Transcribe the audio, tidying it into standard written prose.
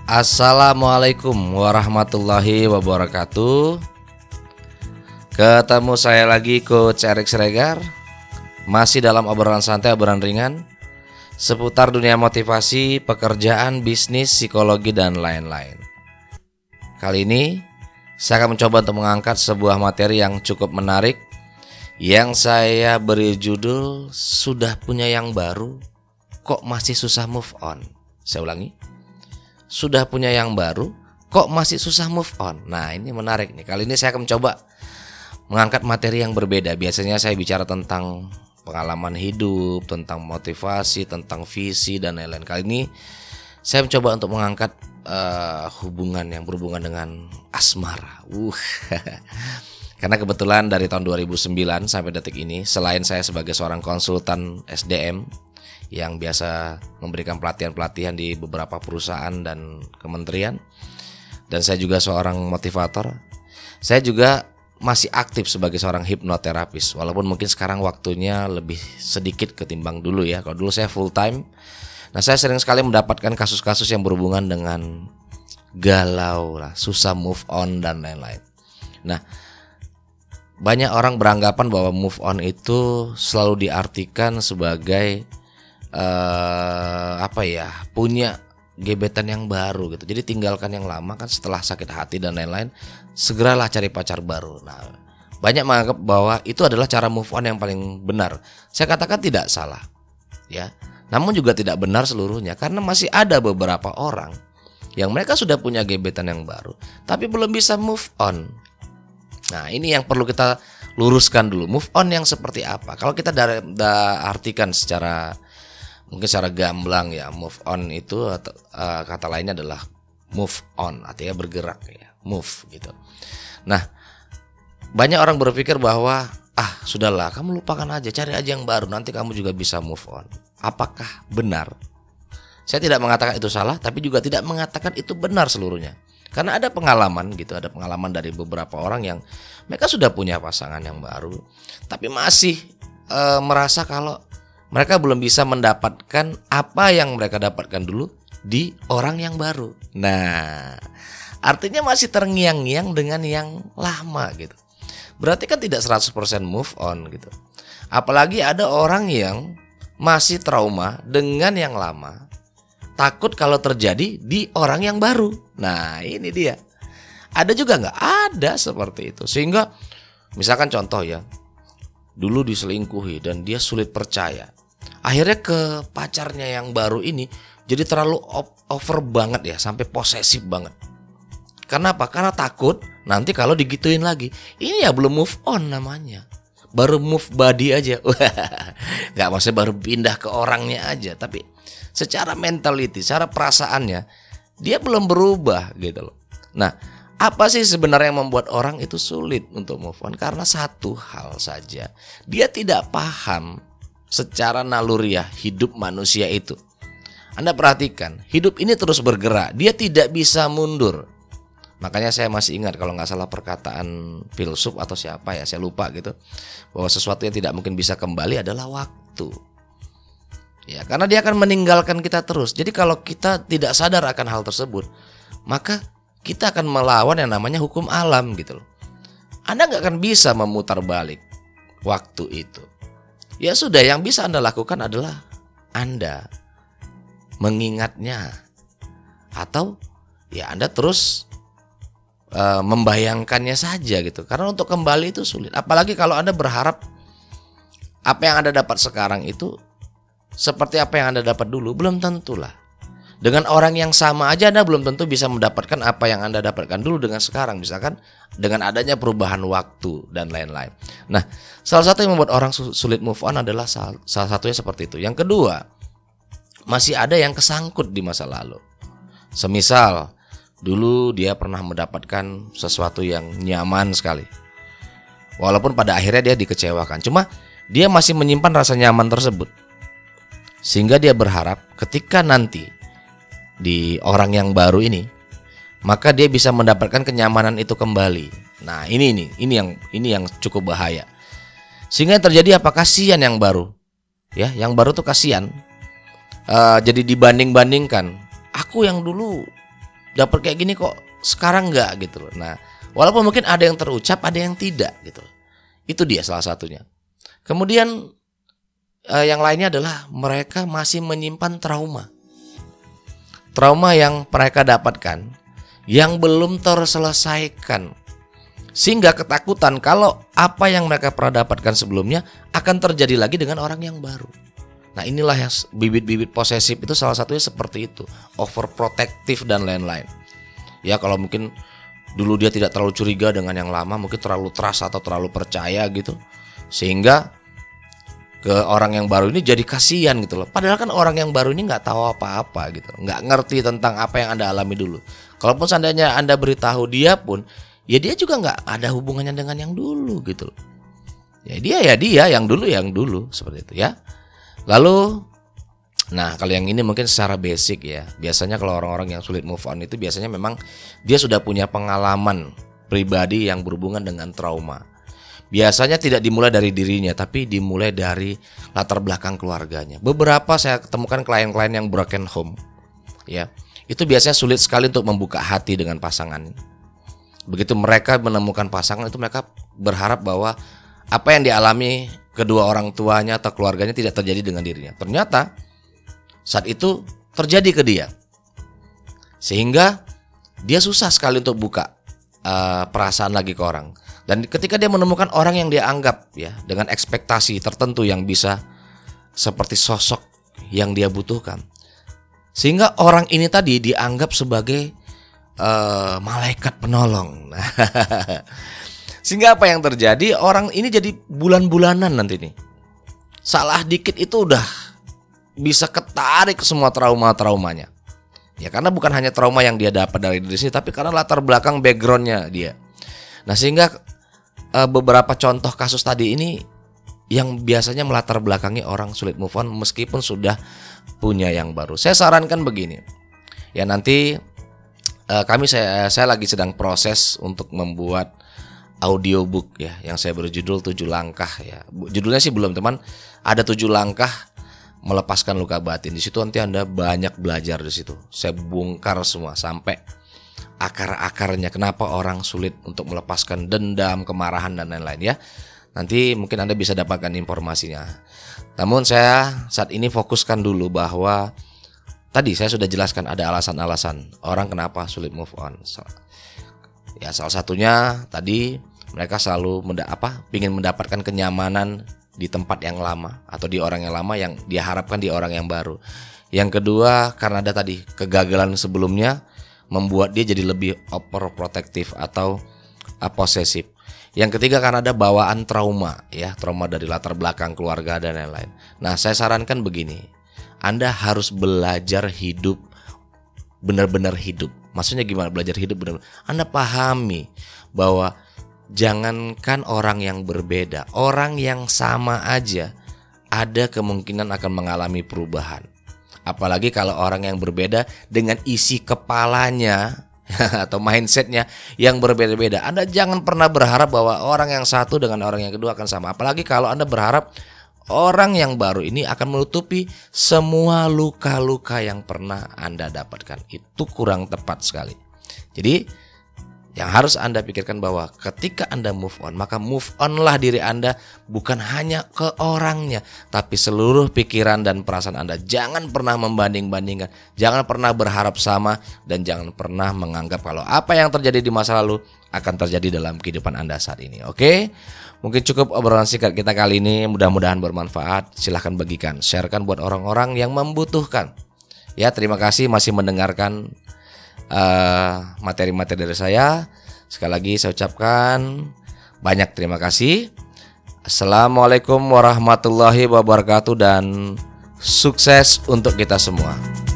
Assalamualaikum warahmatullahi wabarakatuh. Ketemu saya lagi Coach Erik Siregar. Masih dalam obrolan santai, obrolan ringan seputar dunia motivasi, pekerjaan, bisnis, psikologi, dan lain-lain. Kali ini saya akan mencoba untuk mengangkat sebuah materi yang cukup menarik, yang saya beri judul "Sudah punya yang baru, kok masih susah move on". Saya ulangi, sudah punya yang baru, kok masih susah move on. Nah, ini menarik nih. Kali ini saya akan mencoba mengangkat materi yang berbeda. Biasanya saya bicara tentang pengalaman hidup, tentang motivasi, tentang visi, dan lain-lain. Kali ini saya mencoba untuk mengangkat hubungan yang berhubungan dengan asmara. Karena kebetulan dari tahun 2009 sampai detik ini, selain saya sebagai seorang konsultan SDM yang biasa memberikan pelatihan-pelatihan di beberapa perusahaan dan kementerian, dan saya juga seorang motivator, saya juga masih aktif sebagai seorang hipnoterapis. Walaupun mungkin sekarang waktunya lebih sedikit ketimbang dulu ya. Kalau dulu saya full time. Nah, saya sering sekali mendapatkan kasus-kasus yang berhubungan dengan galau lah, susah move on, dan lain-lain. Nah, banyak orang beranggapan bahwa move on itu selalu diartikan sebagai punya gebetan yang baru gitu. Jadi tinggalkan yang lama kan setelah sakit hati dan lain-lain, segeralah cari pacar baru. Nah, banyak menganggap bahwa itu adalah cara move on yang paling benar. Saya katakan tidak salah, ya. Namun juga tidak benar seluruhnya, karena masih ada beberapa orang yang mereka sudah punya gebetan yang baru, tapi belum bisa move on. Nah, ini yang perlu kita luruskan dulu. Move on yang seperti apa? Kalau kita artikan secara gamblang ya, move on itu kata lainnya adalah move on, artinya bergerak ya, move gitu. Nah, banyak orang berpikir bahwa sudahlah, kamu lupakan aja, cari aja yang baru, nanti kamu juga bisa move on. Apakah benar? Saya tidak mengatakan itu salah, tapi juga tidak mengatakan itu benar seluruhnya. Karena ada pengalaman gitu, ada pengalaman dari beberapa orang yang mereka sudah punya pasangan yang baru, tapi masih merasa kalau mereka belum bisa mendapatkan apa yang mereka dapatkan dulu di orang yang baru. Nah, artinya masih terngiang-ngiang dengan yang lama gitu. Berarti kan tidak 100% move on gitu. Apalagi ada orang yang masih trauma dengan yang lama, takut kalau terjadi di orang yang baru. Nah, ini dia. Ada juga nggak? Ada seperti itu. Sehingga misalkan contoh ya, dulu diselingkuhi dan dia sulit percaya. Akhirnya ke pacarnya yang baru ini jadi terlalu over banget ya, sampai posesif banget. Kenapa? Karena takut nanti kalau digituin lagi. Ini ya belum move on namanya. Baru move body aja. Gak maksudnya baru pindah ke orangnya aja, tapi secara mentality, secara perasaannya dia belum berubah gitu loh. Nah, apa sih sebenarnya yang membuat orang itu sulit untuk move on? Karena satu hal saja, dia tidak paham secara naluriah hidup manusia itu. Anda perhatikan, hidup ini terus bergerak, dia tidak bisa mundur. Makanya saya masih ingat, kalau nggak salah perkataan filsuf atau siapa ya, saya lupa gitu, bahwa sesuatu yang tidak mungkin bisa kembali adalah waktu. Ya, karena dia akan meninggalkan kita terus. Jadi kalau kita tidak sadar akan hal tersebut, maka kita akan melawan yang namanya hukum alam gitu loh. Anda nggak akan bisa memutar balik waktu itu. Ya sudah, yang bisa Anda lakukan adalah Anda mengingatnya, atau ya Anda terus membayangkannya saja gitu. Karena untuk kembali itu sulit. Apalagi kalau Anda berharap apa yang Anda dapat sekarang itu seperti apa yang Anda dapat dulu, belum tentulah. Dengan orang yang sama aja Anda belum tentu bisa mendapatkan apa yang Anda dapatkan dulu dengan sekarang. Misalkan dengan adanya perubahan waktu dan lain-lain. Nah, salah satu yang membuat orang sulit move on adalah salah satunya seperti itu. Yang kedua, masih ada yang kesangkut di masa lalu. Semisal dulu dia pernah mendapatkan sesuatu yang nyaman sekali, walaupun pada akhirnya dia dikecewakan. Cuma dia masih menyimpan rasa nyaman tersebut, sehingga dia berharap ketika nanti di orang yang baru ini, maka dia bisa mendapatkan kenyamanan itu kembali. Nah, ini yang cukup bahaya. Sehingga yang terjadi apa? Kasihan yang baru. Ya, yang baru tuh kasihan. Jadi dibanding-bandingkan. Aku yang dulu dapat kayak gini kok sekarang enggak gitu loh. Nah, walaupun mungkin ada yang terucap, ada yang tidak gitu loh. Itu dia salah satunya. Kemudian yang lainnya adalah mereka masih menyimpan trauma. Trauma yang mereka dapatkan yang belum terselesaikan. Sehingga ketakutan kalau apa yang mereka pernah dapatkan sebelumnya akan terjadi lagi dengan orang yang baru. Nah, inilah yang bibit-bibit posesif itu salah satunya seperti itu, overprotective dan lain-lain. Ya, kalau mungkin dulu dia tidak terlalu curiga dengan yang lama, mungkin terlalu trust atau terlalu percaya gitu, sehingga ke orang yang baru ini jadi kasihan gitu loh. Padahal kan orang yang baru ini nggak tahu apa-apa gitu, nggak ngerti tentang apa yang Anda alami dulu. Kalaupun seandainya Anda beritahu dia pun, ya dia juga nggak ada hubungannya dengan yang dulu gitu loh. Ya dia yang dulu seperti itu ya. Lalu, nah kalau yang ini mungkin secara basic ya. Biasanya kalau orang-orang yang sulit move on itu biasanya memang dia sudah punya pengalaman pribadi yang berhubungan dengan trauma. Biasanya tidak dimulai dari dirinya, tapi dimulai dari latar belakang keluarganya. Beberapa saya ketemukan klien-klien yang broken home, ya, itu biasanya sulit sekali untuk membuka hati dengan pasangan. Begitu mereka menemukan pasangan itu mereka berharap bahwa apa yang dialami kedua orang tuanya atau keluarganya tidak terjadi dengan dirinya. Ternyata saat itu terjadi ke dia, sehingga dia susah sekali untuk buka perasaan lagi ke orang. Dan ketika dia menemukan orang yang dia anggap ya dengan ekspektasi tertentu yang bisa seperti sosok yang dia butuhkan, sehingga orang ini tadi dianggap sebagai malaikat penolong. Sehingga apa yang terjadi? Orang ini jadi bulan-bulanan nanti nih. Salah dikit itu udah bisa ketarik ke semua trauma-traumanya. Ya karena bukan hanya trauma yang dia dapat dari diri sendiri, tapi karena latar belakang backgroundnya dia. Nah sehingga beberapa contoh kasus tadi ini yang biasanya melatar belakangi orang sulit move on meskipun sudah punya yang baru. Saya sarankan begini. Ya nanti saya lagi sedang proses untuk membuat audiobook ya yang saya berjudul 7 langkah ya. Judulnya sih belum teman, ada 7 langkah melepaskan luka batin. Di situ nanti Anda banyak belajar di situ. Saya bongkar semua sampai akar-akarnya kenapa orang sulit untuk melepaskan dendam, kemarahan dan lain-lain ya. Nanti mungkin Anda bisa dapatkan informasinya. Namun saya saat ini fokuskan dulu bahwa tadi saya sudah jelaskan ada alasan-alasan orang kenapa sulit move on. Ya salah satunya tadi mereka selalu ingin mendapatkan kenyamanan di tempat yang lama atau di orang yang lama yang dia harapkan di orang yang baru. Yang kedua karena ada tadi kegagalan sebelumnya membuat dia jadi lebih overprotective atau posesif. Yang ketiga karena ada bawaan trauma ya, trauma dari latar belakang keluarga dan lain-lain. Nah, saya sarankan begini. Anda harus belajar hidup benar-benar hidup. Maksudnya gimana belajar hidup benar-benar? Anda pahami bahwa jangankan orang yang berbeda, orang yang sama aja ada kemungkinan akan mengalami perubahan. Apalagi kalau orang yang berbeda dengan isi kepalanya atau mindsetnya yang berbeda-beda. Anda jangan pernah berharap bahwa orang yang satu dengan orang yang kedua akan sama. Apalagi kalau Anda berharap orang yang baru ini akan menutupi semua luka-luka yang pernah Anda dapatkan. Itu kurang tepat sekali. Jadi yang harus Anda pikirkan bahwa ketika Anda move on, maka move onlah diri Anda bukan hanya ke orangnya, tapi seluruh pikiran dan perasaan Anda. Jangan pernah membanding-bandingkan, jangan pernah berharap sama, dan jangan pernah menganggap kalau apa yang terjadi di masa lalu akan terjadi dalam kehidupan Anda saat ini. Oke? Mungkin cukup obrolan singkat kita kali ini, mudah-mudahan bermanfaat. Silahkan bagikan, sharekan buat orang-orang yang membutuhkan. Ya, terima kasih masih mendengarkan materi-materi dari saya. Sekali lagi saya ucapkan banyak terima kasih. Assalamualaikum warahmatullahi wabarakatuh dan sukses untuk kita semua.